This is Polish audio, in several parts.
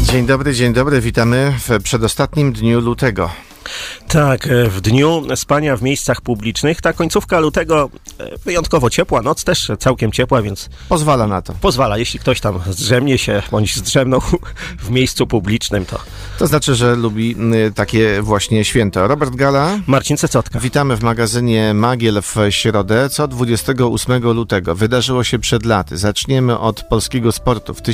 Dzień dobry, witamy w przedostatnim dniu lutego. Tak, w dniu spania w miejscach publicznych. Ta końcówka lutego wyjątkowo ciepła, noc też całkiem ciepła, więc... Pozwala na to. Pozwala, jeśli ktoś tam zdrzemnie się, bądź zdrzemnął w miejscu publicznym, to... To znaczy, że lubi takie właśnie święto. Robert Gala. Marcin Cecotka. Witamy w magazynie Magiel w środę, co 28 lutego. Wydarzyło się przed laty. Zaczniemy od polskiego sportu. W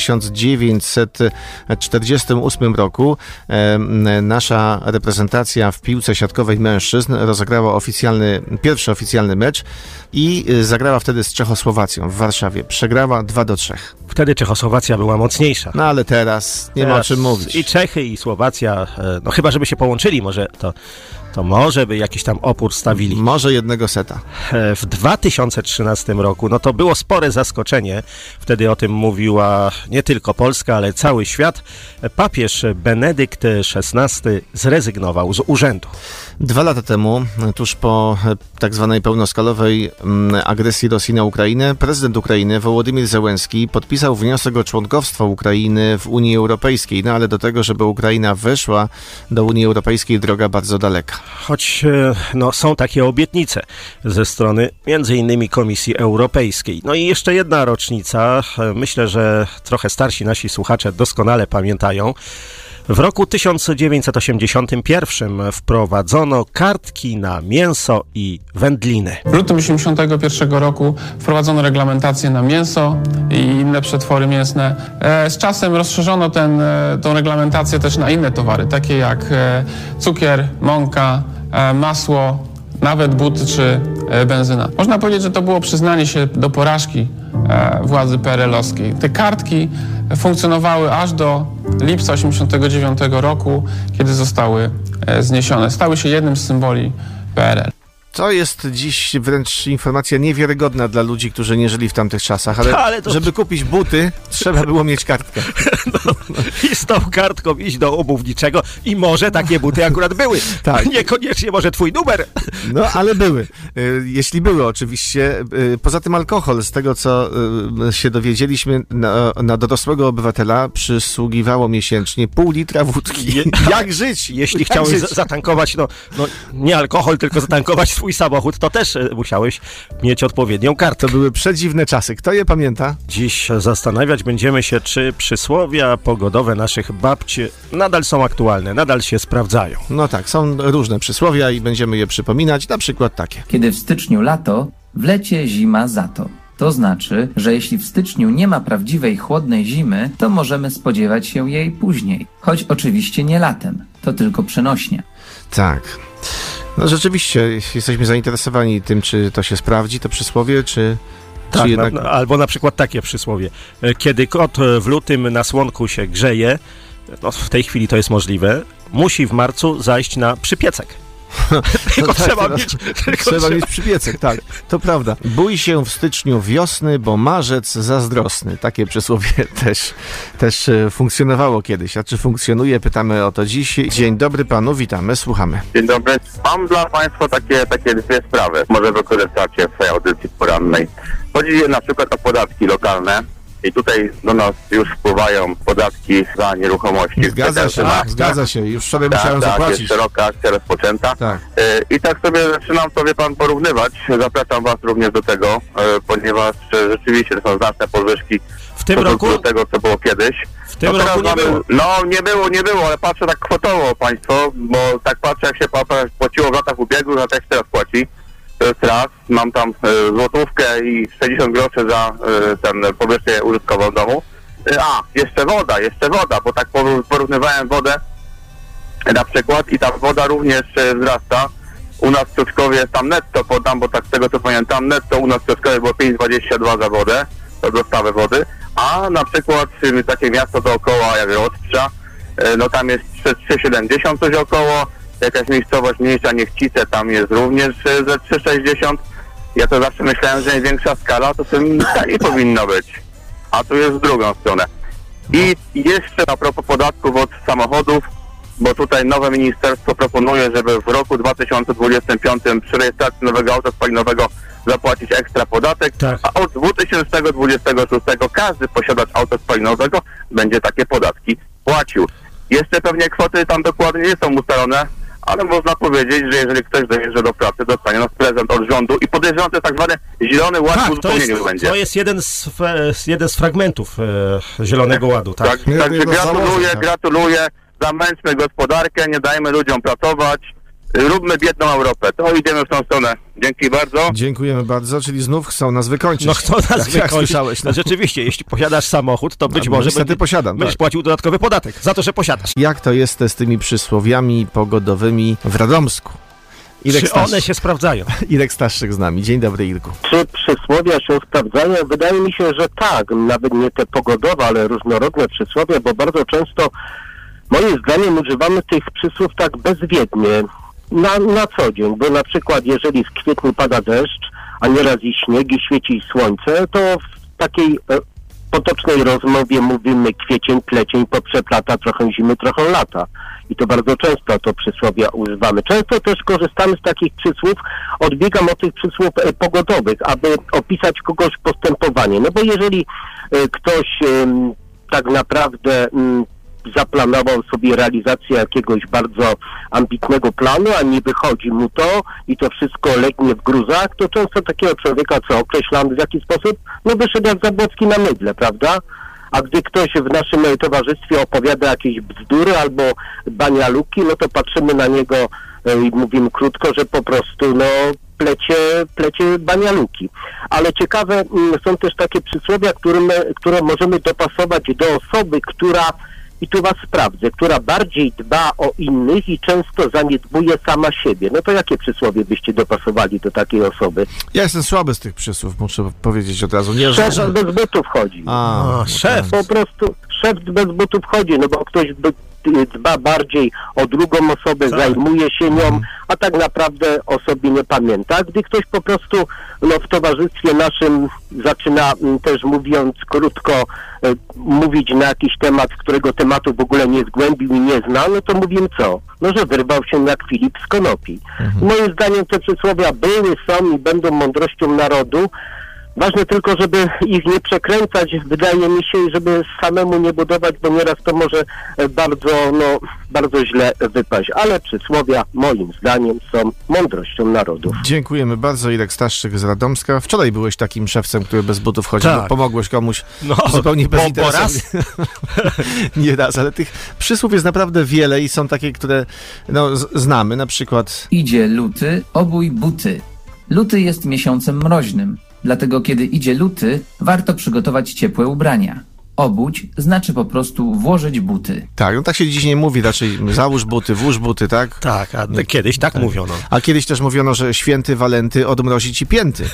1948 roku nasza reprezentacja w piłce siatkowej mężczyzn rozegrała pierwszy oficjalny mecz i zagrała wtedy z Czechosłowacją w Warszawie. Przegrała 2-3. Wtedy Czechosłowacja była mocniejsza. No ale teraz nie ma o czym mówić. I Czechy, i Słowacja, no chyba żeby się połączyli, może to może by jakiś tam opór stawili. Może jednego seta. W 2013 roku, no to było spore zaskoczenie. Wtedy o tym mówiła nie tylko Polska, ale cały świat. Papież Benedykt XVI zrezygnował z urzędu. 2 lata temu, tuż po tak zwanej pełnoskalowej agresji Rosji na Ukrainę, prezydent Ukrainy Wołodymyr Zełenski podpisał wniosek o członkostwo Ukrainy w Unii Europejskiej. No ale do tego, żeby Ukraina weszła do Unii Europejskiej, droga bardzo daleka. Choć są takie obietnice ze strony m.in. Komisji Europejskiej. No i jeszcze jedna rocznica, myślę, że trochę starsi nasi słuchacze doskonale pamiętają. W roku 1981 wprowadzono kartki na mięso i wędliny. W lutym 1981 roku wprowadzono reglamentację na mięso i inne przetwory mięsne. Z czasem rozszerzono tą reglamentację też na inne towary, takie jak cukier, mąka, masło, nawet buty czy benzyna. Można powiedzieć, że to było przyznanie się do porażki władzy PRL-owskiej. Te kartki funkcjonowały aż do lipca 1989 roku, kiedy zostały zniesione. Stały się jednym z symboli PRL. To jest dziś wręcz informacja niewiarygodna dla ludzi, którzy nie żyli w tamtych czasach, ale żeby kupić buty, trzeba było mieć kartkę. I z tą kartką iść do obuwniczego i może takie buty akurat były. Tak. Niekoniecznie może twój numer. No, ale były. Jeśli były oczywiście. Poza tym alkohol, z tego co się dowiedzieliśmy, na dorosłego obywatela przysługiwało miesięcznie pół litra wódki. Jak żyć? Jeśli chciałeś zatankować, nie alkohol, tylko zatankować swój samochód, to też musiałeś mieć odpowiednią kartę. To były przedziwne czasy. Kto je pamięta? Dziś zastanawiać będziemy się, czy przysłowia pogodowe naszych babci nadal są aktualne, nadal się sprawdzają. No tak, są różne przysłowia i będziemy je przypominać, na przykład takie. Kiedy w styczniu lato, w lecie zima za to. To znaczy, że jeśli w styczniu nie ma prawdziwej chłodnej zimy, to możemy spodziewać się jej później. Choć oczywiście nie latem, to tylko przenośnia. Tak. No rzeczywiście, jesteśmy zainteresowani tym, czy to się sprawdzi, to przysłowie, czy jednak... Albo na przykład takie przysłowie. Kiedy kot w lutym na słonku się grzeje, w tej chwili to jest możliwe, musi w marcu zajść na przypiecek. Tylko trzeba mieć przypiecek, tak, to prawda. Bój się w styczniu wiosny, bo marzec zazdrosny. Takie przysłowie też funkcjonowało kiedyś. A czy funkcjonuje? Pytamy o to dziś. Dzień dobry panu, witamy, słuchamy. Dzień dobry. Mam dla państwa takie dwie sprawy. Może wykorzystacie w swojej audycji porannej. Chodzi na przykład o podatki lokalne. I tutaj do nas już wpływają podatki za nieruchomości. Zgadza się. Już wczoraj musiałem zapłacić. Jest szeroka akcja rozpoczęta. Tak. I tak sobie zaczynam porównywać. Zapraszam was również do tego, ponieważ rzeczywiście to są znaczne podwyżki w tym roku do tego, co było kiedyś. W tym roku nie było. No nie było, ale patrzę tak kwotowo państwo, bo tak patrzę, jak się płaciło w latach ubiegłych, a też teraz płaci. To jest raz, mam tam złotówkę i 60 groszy za powierzchnię użytkową domu. Jeszcze woda, bo tak porównywałem wodę na przykład i ta woda również wzrasta. U nas w Piotrkowie jest tam netto, podam, bo tak z tego co pamiętam, netto u nas w Piotrkowie było 5,22 za wodę, za dostawę wody, a na przykład takie miasto dookoła jak Ostrza, no tam jest 3,70 coś około. Jakaś miejscowość mniejsza, Niechcice, tam jest również ze 3,60. Ja to zawsze myślałem, że największa skala to taniej powinno być. A tu jest w drugą stronę. I jeszcze a propos podatków od samochodów, bo tutaj nowe ministerstwo proponuje, żeby w roku 2025 przy rejestracji nowego auta spalinowego zapłacić ekstra podatek, tak. A od 2026 każdy posiadacz auta spalinowego będzie takie podatki płacił. Jeszcze pewnie kwoty tam dokładnie nie są ustalone, ale można powiedzieć, że jeżeli ktoś dojeżdża do pracy, dostanie nas prezent od rządu i podejrzewam, to jest tak zwany Zielony Ład w uzupełnieniu będzie. To jest jeden z fragmentów Zielonego Ładu, tak? Także gratuluję, zamęczmy gospodarkę, nie dajmy ludziom pracować, róbmy biedną Europę. To idziemy w tą stronę. Dzięki bardzo. Dziękujemy bardzo, czyli znów chcą nas wykończyć. No chcą nas wykończyć. Słyszałeś, no rzeczywiście, jeśli posiadasz samochód, to być może będziesz płacił dodatkowy podatek za to, że posiadasz. Jak to jest z tymi przysłowiami pogodowymi w Radomsku? Czy one się sprawdzają? Irek Staszczyk z nami. Dzień dobry, Irku. Czy przysłowia się sprawdzają? Wydaje mi się, że tak. Nawet nie te pogodowe, ale różnorodne przysłowia, bo bardzo często, moim zdaniem, używamy tych przysłów tak bezwiednie, na co dzień. Bo na przykład, jeżeli w kwietniu pada deszcz, a nieraz i śnieg i świeci słońce, to w takiej potocznej rozmowie mówimy kwiecień, plecień, poprzeplata, trochę zimy, trochę lata. I to bardzo często to przysłowia używamy. Często też korzystamy z takich przysłów, odbiegam od tych przysłów pogodowych, aby opisać kogoś postępowanie. No bo jeżeli ktoś tak naprawdę zaplanował sobie realizację jakiegoś bardzo ambitnego planu, a nie wychodzi mu to i to wszystko legnie w gruzach, to często takiego człowieka, co określamy w jaki sposób, no wyszedł jak Zabłocki na mydle, prawda? A gdy ktoś w naszym towarzystwie opowiada jakieś bzdury albo banialuki, no to patrzymy na niego i mówimy krótko, że po prostu plecie banialuki. Ale ciekawe są też takie przysłowia, które możemy dopasować do osoby, która, i tu was sprawdzę, która bardziej dba o innych i często zaniedbuje sama siebie. No to jakie przysłowie byście dopasowali do takiej osoby? Ja jestem słaby z tych przysłów, muszę powiedzieć od razu. Nie, szef bez butów chodzi. Szef. Po prostu szef bez butów chodzi, no bo ktoś dba bardziej o drugą osobę, zajmuje się nią, a tak naprawdę o sobie nie pamięta. Gdy ktoś po prostu w towarzystwie naszym zaczyna też, mówiąc krótko, mówić na jakiś temat, którego tematu w ogóle nie zgłębił i nie zna, no to mówimy co? No, że wyrwał się jak Filip z konopi. Moim zdaniem te przysłowia były, są i będą mądrością narodu. Ważne tylko, żeby ich nie przekręcać, wydaje mi się, i żeby samemu nie budować, bo nieraz to może bardzo źle wypaść. Ale przysłowia, moim zdaniem, są mądrością narodu. Dziękujemy bardzo, Irek Staszczyk z Radomska. Wczoraj byłeś takim szewcem, który bez butów chodzi, bo pomogłeś komuś zupełnie bezinteresownie. Nie raz, ale tych przysłów jest naprawdę wiele i są takie, które znamy, na przykład... Idzie luty, obój buty. Luty jest miesiącem mroźnym. Dlatego kiedy idzie luty, warto przygotować ciepłe ubrania. Obudź znaczy po prostu włożyć buty. Tak, tak się dziś nie mówi, raczej załóż buty, włóż buty, tak? Tak, a kiedyś tak mówiono. A kiedyś też mówiono, że święty Walenty odmrozi ci pięty.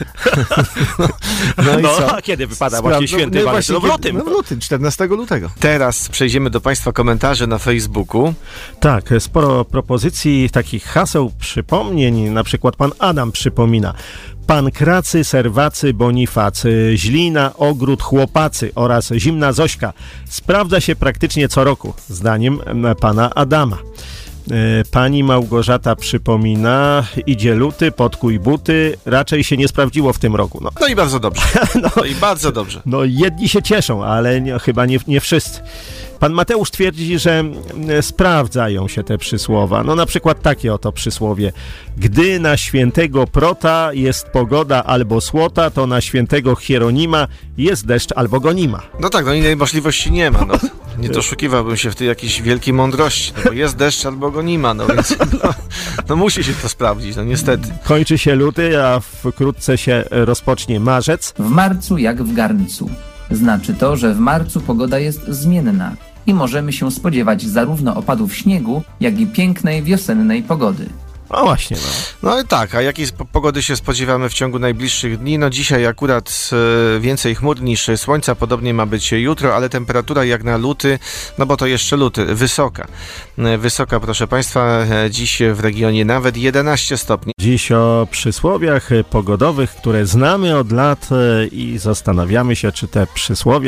I co? A kiedy wypada właśnie święty Walenty? W lutym. W lutym, 14 lutego. Teraz przejdziemy do państwa komentarzy na Facebooku. Tak, sporo propozycji, takich haseł, przypomnień, na przykład pan Adam przypomina: Pankracy, Serwacy, Bonifacy, Źlina, Ogród, Chłopacy oraz Zimna Zośka sprawdza się praktycznie co roku, zdaniem pana Adama. Pani Małgorzata przypomina: idzie luty, podkuj buty, raczej się nie sprawdziło w tym roku. No i bardzo dobrze. I bardzo dobrze. No jedni się cieszą, ale chyba nie wszyscy. Pan Mateusz twierdzi, że sprawdzają się te przysłowa. No na przykład takie oto przysłowie: gdy na świętego Prota jest pogoda albo słota, to na świętego Hieronima jest deszcz albo go nie ma. No tak, innej możliwości nie ma. Nie doszukiwałbym się w tej jakiejś wielkiej mądrości, bo jest deszcz albo go nie ma, więc musi się to sprawdzić, niestety. Kończy się luty, a wkrótce się rozpocznie marzec. W marcu jak w garncu. Znaczy to, że w marcu pogoda jest zmienna i możemy się spodziewać zarówno opadów śniegu, jak i pięknej wiosennej pogody. No właśnie. No i tak, a jakiej pogody się spodziewamy w ciągu najbliższych dni? No dzisiaj akurat więcej chmur niż słońca, podobnie ma być jutro, ale temperatura jak na luty, no bo to jeszcze luty, wysoka. Wysoka, proszę państwa, dziś w regionie nawet 11 stopni. Dziś o przysłowiach pogodowych, które znamy od lat i zastanawiamy się, czy te przysłowia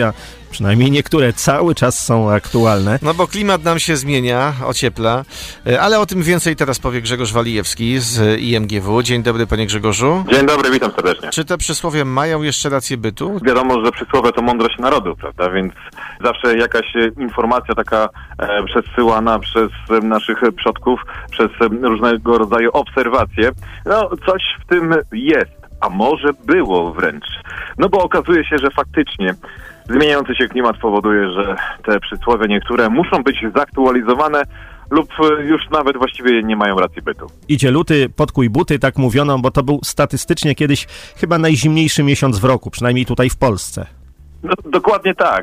Przynajmniej niektóre cały czas są aktualne. No bo klimat nam się zmienia, ociepla, ale o tym więcej teraz powie Grzegorz Walijewski z IMGW. Dzień dobry, panie Grzegorzu. Dzień dobry, witam serdecznie. Czy te przysłowie mają jeszcze rację bytu? Wiadomo, że przysłowie to mądrość narodu, prawda, więc zawsze jakaś informacja taka przesyłana przez naszych przodków, przez różnego rodzaju obserwacje, no coś w tym jest, a może było wręcz. No bo okazuje się, że faktycznie zmieniający się klimat powoduje, że te przysłowie niektóre muszą być zaktualizowane lub już nawet właściwie nie mają racji bytu. Idzie luty, podkuj buty, tak mówiono, bo to był statystycznie kiedyś chyba najzimniejszy miesiąc w roku, przynajmniej tutaj w Polsce. No, dokładnie tak.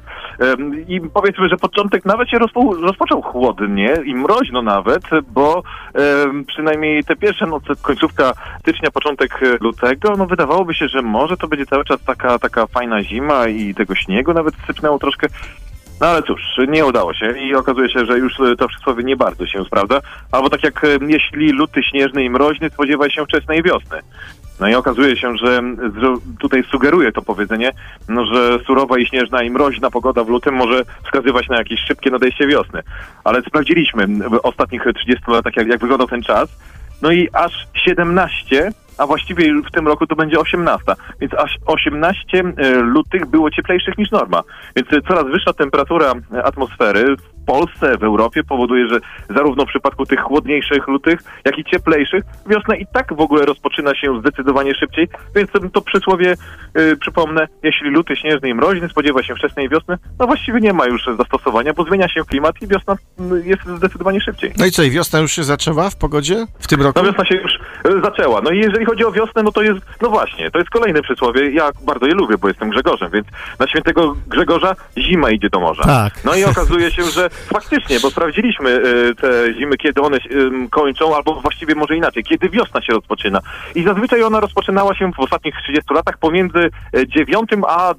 I powiedzmy, że początek nawet się rozpoczął chłodnie i mroźno nawet, bo przynajmniej te pierwsze noce, końcówka stycznia, początek lutego, no wydawałoby się, że może to będzie cały czas taka fajna zima i tego śniegu nawet sypnęło troszkę. No ale cóż, nie udało się i okazuje się, że już to przysłowie nie bardzo się sprawdza. Albo tak jak jeśli luty śnieżny i mroźny, spodziewaj się wczesnej wiosny. No i okazuje się, że tutaj sugeruje to powiedzenie, no, że surowa i śnieżna i mroźna pogoda w lutym może wskazywać na jakieś szybkie nadejście wiosny. Ale sprawdziliśmy w ostatnich 30 latach, jak wyglądał ten czas. No i aż 17, a właściwie w tym roku to będzie 18, więc aż 18 lutych było cieplejszych niż norma. Więc coraz wyższa temperatura atmosfery w Polsce, w Europie powoduje, że zarówno w przypadku tych chłodniejszych lutych, jak i cieplejszych, wiosna i tak w ogóle rozpoczyna się zdecydowanie szybciej, więc to przysłowie, przypomnę, jeśli luty śnieżny i mroźny spodziewa się wczesnej wiosny, no właściwie nie ma już zastosowania, bo zmienia się klimat i wiosna jest zdecydowanie szybciej. No i co, i wiosna już się zaczęła w pogodzie w tym roku? No wiosna się już zaczęła. No i jeżeli chodzi o wiosnę, no to jest, no właśnie, to jest kolejne przysłowie. Ja bardzo je lubię, bo jestem Grzegorzem, więc na świętego Grzegorza zima idzie do morza. Tak. No i okazuje się, że faktycznie, bo sprawdziliśmy te zimy, kiedy one kończą, albo właściwie może inaczej, kiedy wiosna się rozpoczyna. I zazwyczaj ona rozpoczynała się w ostatnich 30 latach pomiędzy 9 a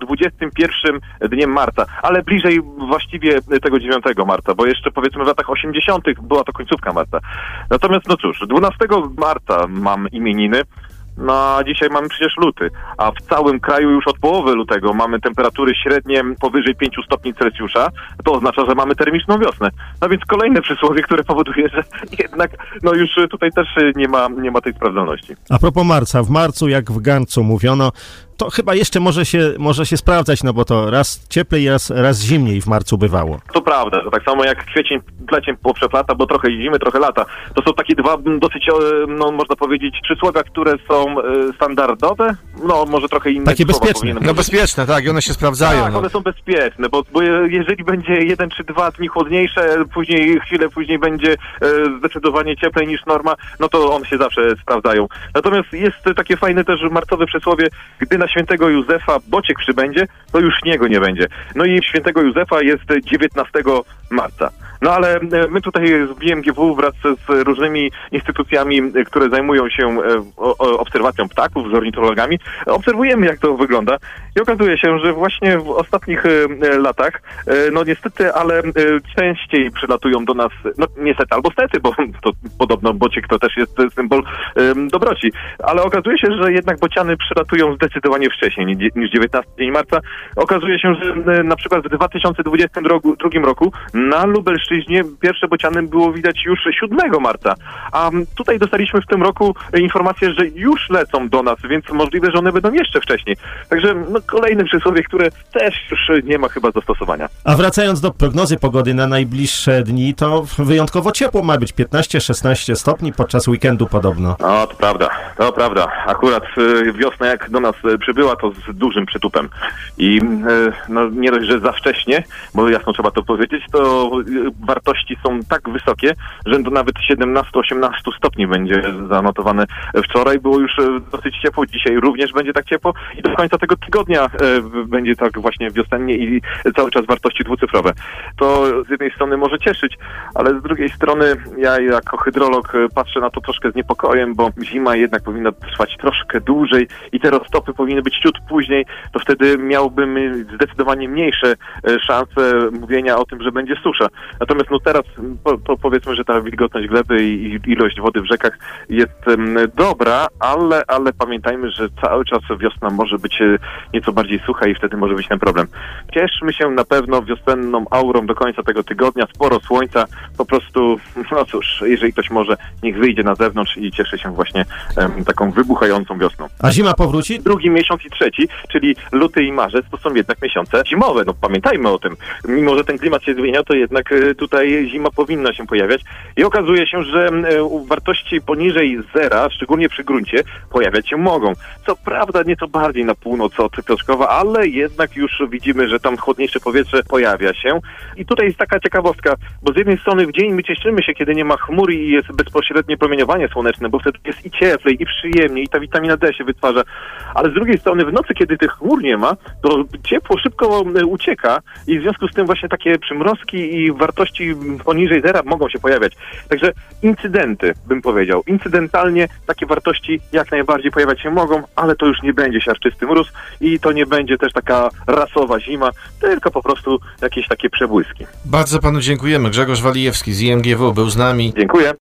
21 dniem marca, ale bliżej właściwie tego 9 marca, bo jeszcze powiedzmy w latach 80. była to końcówka marca. Natomiast no cóż, 12 marca mam imieniny, no a dzisiaj mamy przecież luty, a w całym kraju już od połowy lutego mamy temperatury średnie powyżej 5 stopni Celsjusza, to oznacza, że mamy termiczną wiosnę. No więc kolejne przysłowie, które powoduje, że jednak no już tutaj też nie ma tej sprawdzalności. A propos marca, w marcu jak w garncu mówiono, to chyba jeszcze może się sprawdzać, no bo to raz cieplej, raz zimniej w marcu bywało. To prawda, to tak samo jak kwiecień, plecień poprzez lata, bo trochę zimy, trochę lata. To są takie dwa dosyć, no można powiedzieć, przysłowia, które są standardowe, no może trochę inne. Takie bezpieczne. No bezpieczne, tak, i one się sprawdzają. Tak, one są bezpieczne, bo jeżeli będzie 1 czy 2 dni chłodniejsze, chwilę później będzie zdecydowanie cieplej niż norma, no to one się zawsze sprawdzają. Natomiast jest takie fajne też marcowe przysłowie, gdy na świętego Józefa bociek przybędzie, to już śniegu nie będzie. No i świętego Józefa jest 19 marca. No ale my tutaj z BMGW wraz z różnymi instytucjami, które zajmują się obserwacją ptaków, z ornitologami, obserwujemy, jak to wygląda i okazuje się, że właśnie w ostatnich latach, no niestety, ale częściej przylatują do nas, no niestety albo stety, bo to podobno bociek to też jest symbol dobroci, ale okazuje się, że jednak bociany przylatują zdecydowanie wcześniej niż 19 marca. Okazuje się, że na przykład w 2022 roku na Lubelszczyźnie pierwsze bociany było widać już 7 marca, a tutaj dostaliśmy w tym roku informację, że już lecą do nas, więc możliwe, że one będą jeszcze wcześniej. Także no, kolejne przysłowie, które też już nie ma chyba zastosowania. A wracając do prognozy pogody na najbliższe dni, to wyjątkowo ciepło ma być, 15-16 stopni podczas weekendu podobno. No, to prawda. Akurat wiosna jak do nas przybyła, to z dużym przytupem. I no, nie dość, że za wcześnie, bo jasno trzeba to powiedzieć, to wartości są tak wysokie, że to nawet 17-18 stopni będzie zanotowane. Wczoraj było już dosyć ciepło, dzisiaj również będzie tak ciepło i do końca tego tygodnia będzie tak właśnie wiosennie i cały czas wartości dwucyfrowe. To z jednej strony może cieszyć, ale z drugiej strony ja jako hydrolog patrzę na to troszkę z niepokojem, bo zima jednak powinna trwać troszkę dłużej i te roztopy powinny powinien być ciut później, to wtedy miałbym zdecydowanie mniejsze szanse mówienia o tym, że będzie susza. Natomiast no teraz powiedzmy, że ta wilgotność gleby i ilość wody w rzekach jest dobra, ale pamiętajmy, że cały czas wiosna może być nieco bardziej sucha i wtedy może być ten problem. Cieszmy się na pewno wiosenną aurą do końca tego tygodnia, sporo słońca, po prostu, no cóż, jeżeli ktoś może, niech wyjdzie na zewnątrz i cieszy się właśnie taką wybuchającą wiosną. A zima powróci? Drugi miesiąc i trzeci, czyli luty i marzec, to są jednak miesiące zimowe, no pamiętajmy o tym. Mimo że ten klimat się zmienia, to jednak tutaj zima powinna się pojawiać i okazuje się, że wartości poniżej zera, szczególnie przy gruncie, pojawiać się mogą. Co prawda nieco bardziej na północ od Piotrkowa, ale jednak już widzimy, że tam chłodniejsze powietrze pojawia się. I tutaj jest taka ciekawostka, bo z jednej strony w dzień my cieszymy się, kiedy nie ma chmur i jest bezpośrednie promieniowanie słoneczne, bo wtedy jest i cieplej, i przyjemniej, i ta witamina D się wytwarza. Ale z drugiej strony w nocy, kiedy tych chmur nie ma, to ciepło szybko ucieka i w związku z tym właśnie takie przymrozki i wartości poniżej zera mogą się pojawiać. Także incydenty, bym powiedział. Incydentalnie takie wartości jak najbardziej pojawiać się mogą, ale to już nie będzie siarczysty mróz i to nie będzie też taka rasowa zima, tylko po prostu jakieś takie przebłyski. Bardzo panu dziękujemy. Grzegorz Walijewski z IMGW był z nami. Dziękuję.